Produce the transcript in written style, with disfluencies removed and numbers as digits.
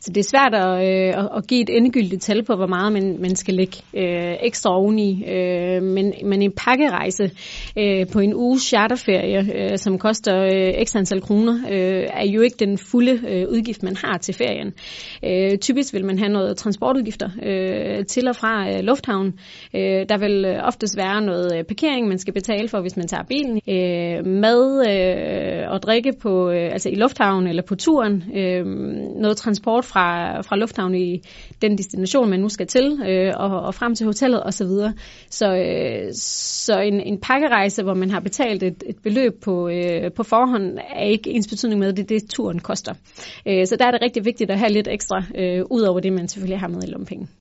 Så det er svært at give et endegyldigt tal på, hvor meget man skal lægge ekstra oveni. Men en pakkerejse på en uges charterferie, som koster x antal kroner, er jo ikke den fulde udgift, man har til ferien. Typisk vil man have noget transportudgifter til og fra lufthavnen. Der vil oftest være noget parkering, man skal betale for, hvis man tager bilen. Mad og drikke på, altså i lufthavnen eller på turen. Noget transport fra lufthavnen i den destination, man nu skal til, og frem til hotellet osv. Så en pakkerejse, hvor man har betalt et beløb på forhånd, er ikke ensbetydende med, det turen koster. Så der er det rigtig vigtigt at have lidt ekstra, ud over det, man selvfølgelig har med i lommepenge.